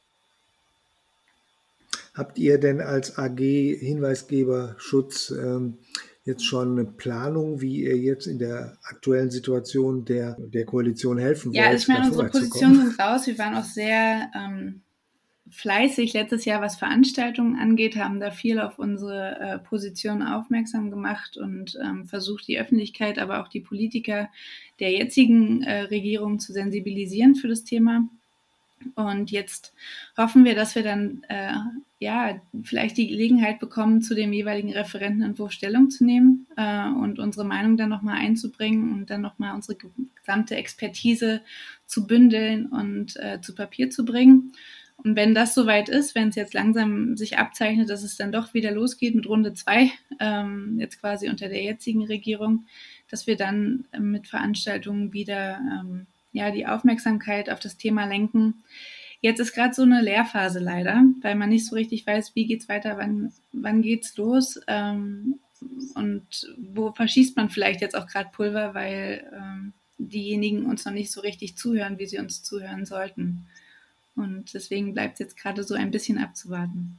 Habt ihr denn als A G Hinweisgeberschutz ähm, jetzt schon eine Planung, wie ihr jetzt in der aktuellen Situation der, der Koalition helfen Ja, wollt, also ich meine, da unsere vorwärts zu Positionen kommen? sind raus. Wir waren auch sehr ähm, fleißig letztes Jahr, was Veranstaltungen angeht, haben da viel auf unsere äh, Position aufmerksam gemacht und ähm, versucht, die Öffentlichkeit, aber auch die Politiker der jetzigen äh, Regierung zu sensibilisieren für das Thema. Und jetzt hoffen wir, dass wir dann äh, ja vielleicht die Gelegenheit bekommen, zu dem jeweiligen Referentenentwurf Stellung zu nehmen äh, und unsere Meinung dann nochmal einzubringen und dann nochmal unsere gesamte Expertise zu bündeln und äh, zu Papier zu bringen. Und wenn das soweit ist, wenn es jetzt langsam sich abzeichnet, dass es dann doch wieder losgeht mit Runde zwei, ähm, jetzt quasi unter der jetzigen Regierung, dass wir dann äh, mit Veranstaltungen wieder ähm, ja, die Aufmerksamkeit auf das Thema lenken. Jetzt ist gerade so eine Lehrphase leider, weil man nicht so richtig weiß, wie geht's weiter, wann, wann geht's los ähm, und wo verschießt man vielleicht jetzt auch gerade Pulver, weil ähm, diejenigen uns noch nicht so richtig zuhören, wie sie uns zuhören sollten. Und deswegen bleibt es jetzt gerade so ein bisschen abzuwarten.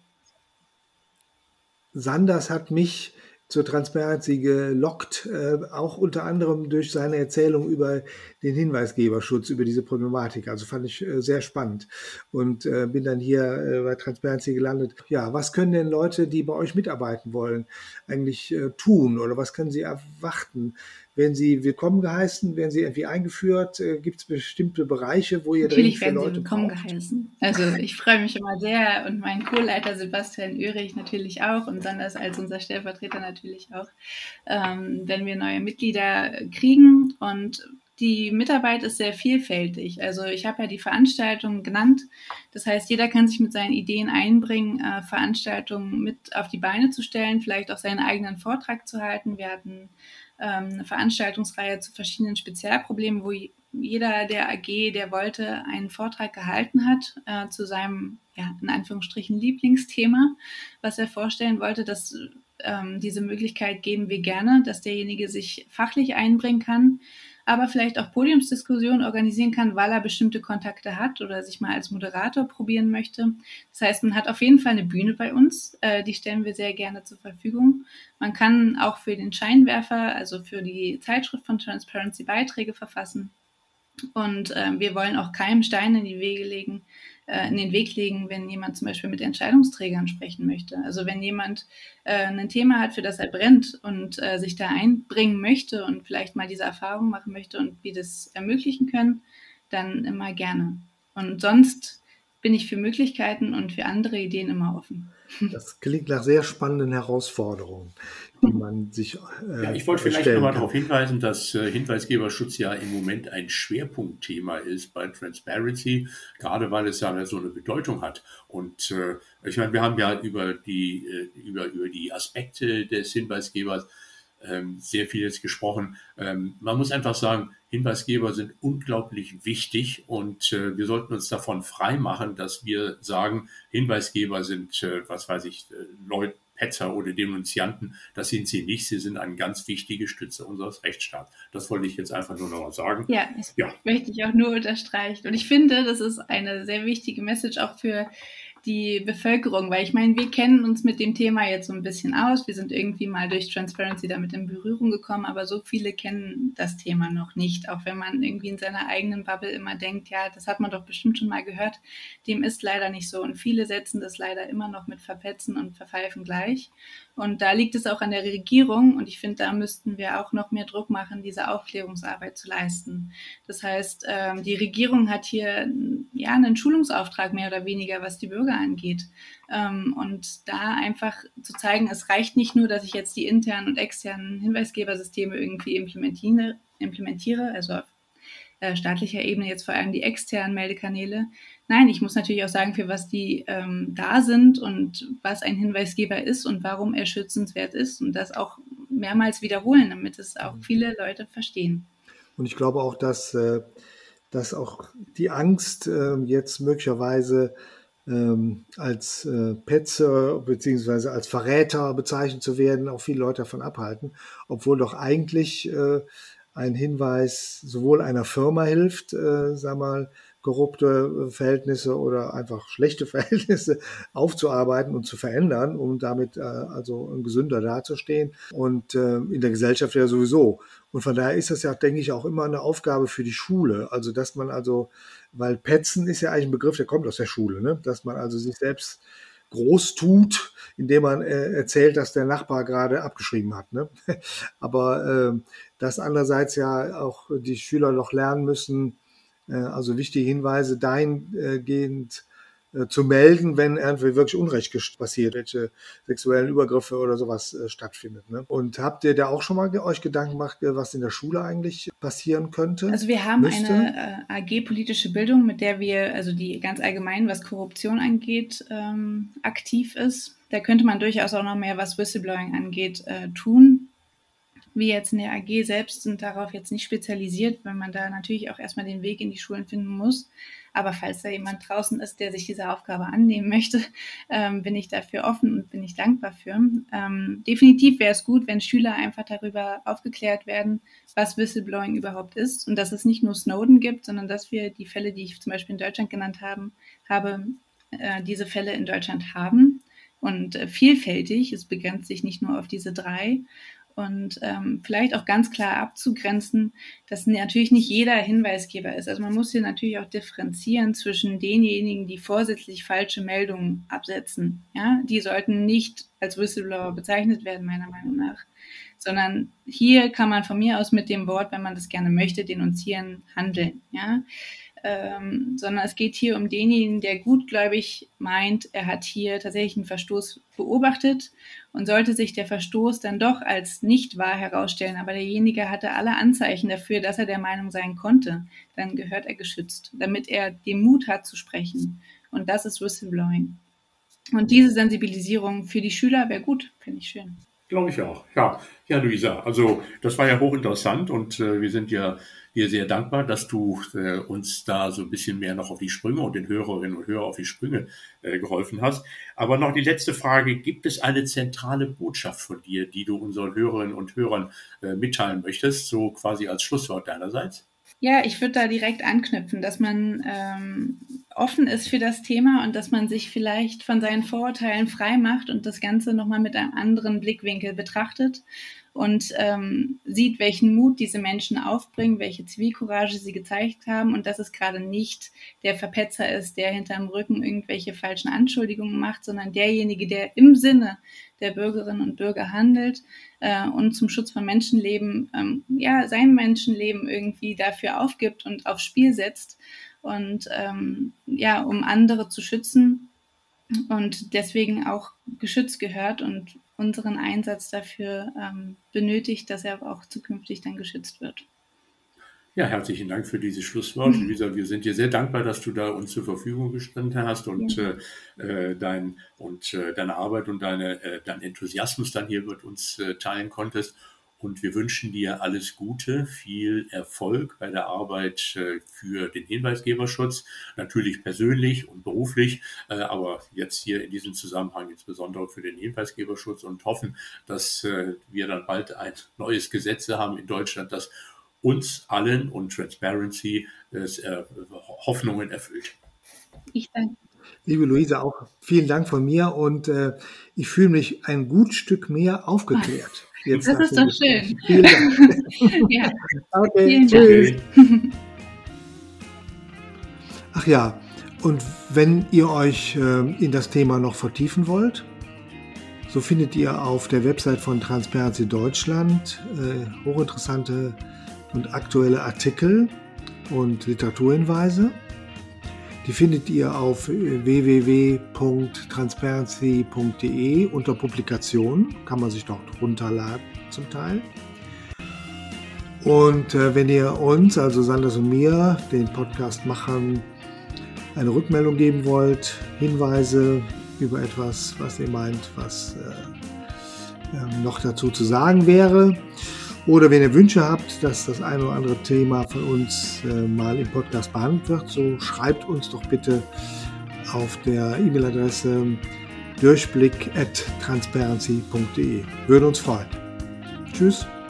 Sanders hat mich zur Transparency gelockt, äh, auch unter anderem durch seine Erzählung über den Hinweisgeberschutz, über diese Problematik. Also fand ich äh, sehr spannend und äh, bin dann hier äh, bei Transparency gelandet. Ja, was können denn Leute, die bei euch mitarbeiten wollen, eigentlich äh, tun oder was können sie erwarten? werden Sie willkommen geheißen? Werden Sie irgendwie eingeführt? Äh, Gibt es bestimmte Bereiche, wo ihr dringend Natürlich für werden Sie Leute willkommen braucht? geheißen. Also ich freue mich immer sehr und mein Co-Leiter Sebastian Oehrig natürlich auch und Sanders als unser Stellvertreter natürlich auch, ähm, wenn wir neue Mitglieder kriegen. Und die Mitarbeit ist sehr vielfältig. Also ich habe ja die Veranstaltungen genannt. Das heißt, jeder kann sich mit seinen Ideen einbringen, äh, Veranstaltungen mit auf die Beine zu stellen, vielleicht auch seinen eigenen Vortrag zu halten. Wir hatten ähm, eine Veranstaltungsreihe zu verschiedenen Spezialproblemen, wo jeder der A G, der wollte, einen Vortrag gehalten hat äh, zu seinem, ja, in Anführungsstrichen Lieblingsthema, was er vorstellen wollte. Das, ähm, diese Möglichkeit geben wir gerne, dass derjenige sich fachlich einbringen kann, aber vielleicht auch Podiumsdiskussionen organisieren kann, weil er bestimmte Kontakte hat oder sich mal als Moderator probieren möchte. Das heißt, man hat auf jeden Fall eine Bühne bei uns, äh, die stellen wir sehr gerne zur Verfügung. Man kann auch für den Scheinwerfer, also für die Zeitschrift von Transparency Beiträge verfassen. Und äh, wir wollen auch keinem Stein in die Wege legen, äh, in den Weg legen, wenn jemand zum Beispiel mit Entscheidungsträgern sprechen möchte. Also wenn jemand äh, ein Thema hat, für das er brennt und äh, sich da einbringen möchte und vielleicht mal diese Erfahrung machen möchte und wir das ermöglichen können, dann immer gerne. Und sonst bin ich für Möglichkeiten und für andere Ideen immer offen. Das klingt nach sehr spannenden Herausforderungen, die man sich äh, Ja, ich wollte vielleicht stellen nochmal kann. darauf hinweisen, dass äh, Hinweisgeberschutz ja im Moment ein Schwerpunktthema ist bei Transparency, gerade weil es ja so eine Bedeutung hat. Und äh, ich meine, wir haben ja über die, äh, über, über die Aspekte des Hinweisgebers ähm, sehr viel jetzt gesprochen. Ähm, man muss einfach sagen, Hinweisgeber sind unglaublich wichtig und äh, wir sollten uns davon freimachen, dass wir sagen, Hinweisgeber sind, äh, was weiß ich, äh, Leute, Petzer oder Denunzianten, das sind sie nicht. Sie sind eine ganz wichtige Stütze unseres Rechtsstaats. Das wollte ich jetzt einfach nur noch mal sagen. Ja, das Ja. möchte ich auch nur unterstreichen. Und ich finde, das ist eine sehr wichtige Message auch für die Bevölkerung, weil ich meine, wir kennen uns mit dem Thema jetzt so ein bisschen aus. Wir sind irgendwie mal durch Transparency damit in Berührung gekommen, aber so viele kennen das Thema noch nicht. Auch wenn man irgendwie in seiner eigenen Bubble immer denkt, ja, das hat man doch bestimmt schon mal gehört. Dem ist leider nicht so. Und viele setzen das leider immer noch mit Verpetzen und Verpfeifen gleich. Und da liegt es auch an der Regierung. Und ich finde, da müssten wir auch noch mehr Druck machen, diese Aufklärungsarbeit zu leisten. Das heißt, die Regierung hat hier ja einen Schulungsauftrag mehr oder weniger, was die Bürger angeht. Und da einfach zu zeigen, es reicht nicht nur, dass ich jetzt die internen und externen Hinweisgebersysteme irgendwie implementiere, implementiere also auf staatlicher Ebene jetzt vor allem die externen Meldekanäle. Nein, ich muss natürlich auch sagen, für was die ähm, da sind und was ein Hinweisgeber ist und warum er schützenswert ist und das auch mehrmals wiederholen, damit es auch viele Leute verstehen. Und ich glaube auch, dass, äh, dass auch die Angst äh, jetzt möglicherweise ähm, als äh, Petzer bzw. als Verräter bezeichnet zu werden, auch viele Leute davon abhalten, obwohl doch eigentlich äh, ein Hinweis sowohl einer Firma hilft, äh, sag mal, korrupte Verhältnisse oder einfach schlechte Verhältnisse aufzuarbeiten und zu verändern, um damit äh, also gesünder dazustehen und äh, in der Gesellschaft ja sowieso. Und von daher ist das ja, denke ich, auch immer eine Aufgabe für die Schule. Also, dass man also, weil Petzen ist ja eigentlich ein Begriff, der kommt aus der Schule, ne? Dass man also sich selbst groß tut, indem man äh, erzählt, dass der Nachbar gerade abgeschrieben hat. Ne? Aber äh, dass andererseits ja auch die Schüler noch lernen müssen, äh, also wichtige Hinweise dahingehend äh, zu melden, wenn irgendwie wirklich Unrecht passiert, welche sexuellen Übergriffe oder sowas äh, stattfindet. Ne? Und habt ihr da auch schon mal ge- euch Gedanken gemacht, was in der Schule eigentlich passieren könnte? Also wir haben müsste? eine äh, A G politische Bildung, mit der wir, also die ganz allgemein, was Korruption angeht, ähm, aktiv ist. Da könnte man durchaus auch noch mehr, was Whistleblowing angeht, äh, tun. Wir jetzt in der A G selbst sind darauf jetzt nicht spezialisiert, weil man da natürlich auch erstmal den Weg in die Schulen finden muss. Aber falls da jemand draußen ist, der sich dieser Aufgabe annehmen möchte, ähm, bin ich dafür offen und bin ich dankbar für. Ähm, definitiv wäre es gut, wenn Schüler einfach darüber aufgeklärt werden, was Whistleblowing überhaupt ist und dass es nicht nur Snowden gibt, sondern dass wir die Fälle, die ich zum Beispiel in Deutschland genannt haben, habe, äh, diese Fälle in Deutschland haben und äh, vielfältig. Es begrenzt sich nicht nur auf diese drei. und ähm, vielleicht auch ganz klar abzugrenzen, dass natürlich nicht jeder Hinweisgeber ist. Also man muss hier natürlich auch differenzieren zwischen denjenigen, die vorsätzlich falsche Meldungen absetzen. Ja? Die sollten nicht als Whistleblower bezeichnet werden, meiner Meinung nach. Sondern hier kann man von mir aus mit dem Wort, wenn man das gerne möchte, denunzieren, handeln. Ja? Ähm, sondern es geht hier um denjenigen, der gutgläubig meint, er hat hier tatsächlich einen Verstoß beobachtet und sollte sich der Verstoß dann doch als nicht wahr herausstellen, aber derjenige hatte alle Anzeichen dafür, dass er der Meinung sein konnte, dann gehört er geschützt, damit er den Mut hat zu sprechen. Und das ist Whistleblowing. Und diese Sensibilisierung für die Schüler wäre gut, finde ich schön. Glaube ich auch. Ja, ja, Luisa, also das war ja hochinteressant und äh, wir sind ja dir sehr dankbar, dass du äh, uns da so ein bisschen mehr noch auf die Sprünge und den Hörerinnen und Hörern auf die Sprünge äh, geholfen hast. Aber noch die letzte Frage, gibt es eine zentrale Botschaft von dir, die du unseren Hörerinnen und Hörern äh, mitteilen möchtest, so quasi als Schlusswort deinerseits? Ja, ich würde da direkt anknüpfen, dass man ähm, offen ist für das Thema und dass man sich vielleicht von seinen Vorurteilen frei macht und das Ganze nochmal mit einem anderen Blickwinkel betrachtet und ähm, sieht, welchen Mut diese Menschen aufbringen, welche Zivilcourage sie gezeigt haben und dass es gerade nicht der Verpetzer ist, der hinterm Rücken irgendwelche falschen Anschuldigungen macht, sondern derjenige, der im Sinne der Bürgerinnen und Bürger handelt äh, und zum Schutz von Menschenleben, ähm, ja, sein Menschenleben irgendwie dafür aufgibt und aufs Spiel setzt und ähm, ja, um andere zu schützen und deswegen auch geschützt gehört und unseren Einsatz dafür ähm, benötigt, dass er auch zukünftig dann geschützt wird. Ja, herzlichen Dank für dieses Schlusswort. Wie gesagt, wir sind dir sehr dankbar, dass du da uns zur Verfügung gestanden hast und ja. äh, dein und äh, deine Arbeit und deine, äh, dein Enthusiasmus dann hier mit uns äh, teilen konntest. Und wir wünschen dir alles Gute, viel Erfolg bei der Arbeit äh, für den Hinweisgeberschutz, natürlich persönlich und beruflich, äh, aber jetzt hier in diesem Zusammenhang insbesondere für den Hinweisgeberschutz und hoffen, dass äh, wir dann bald ein neues Gesetz haben in Deutschland, das uns allen und Transparency das, äh, Hoffnungen erfüllt. Ich danke. Liebe Luisa, auch vielen Dank von mir und äh, ich fühle mich ein gut Stück mehr aufgeklärt. Jetzt das ist doch Gespräch. Schön. Vielen Dank. Ja. Okay, vielen tschüss. Dank. Ach ja, und wenn ihr euch äh, in das Thema noch vertiefen wollt, so findet ihr auf der Website von Transparency Deutschland äh, hochinteressante und aktuelle Artikel und Literaturhinweise. Die findet ihr auf w w w punkt transparency punkt d e unter Publikationen. Kann man sich dort runterladen zum Teil. Und äh, wenn ihr uns, also Sanders und mir, den Podcast-Machern, eine Rückmeldung geben wollt, Hinweise über etwas, was ihr meint, was äh, äh, noch dazu zu sagen wäre, oder wenn ihr Wünsche habt, dass das eine oder andere Thema von uns äh, mal im Podcast behandelt wird, so schreibt uns doch bitte auf der E-Mail-Adresse durchblick at transparency punkt d e. Würde uns freuen. Tschüss.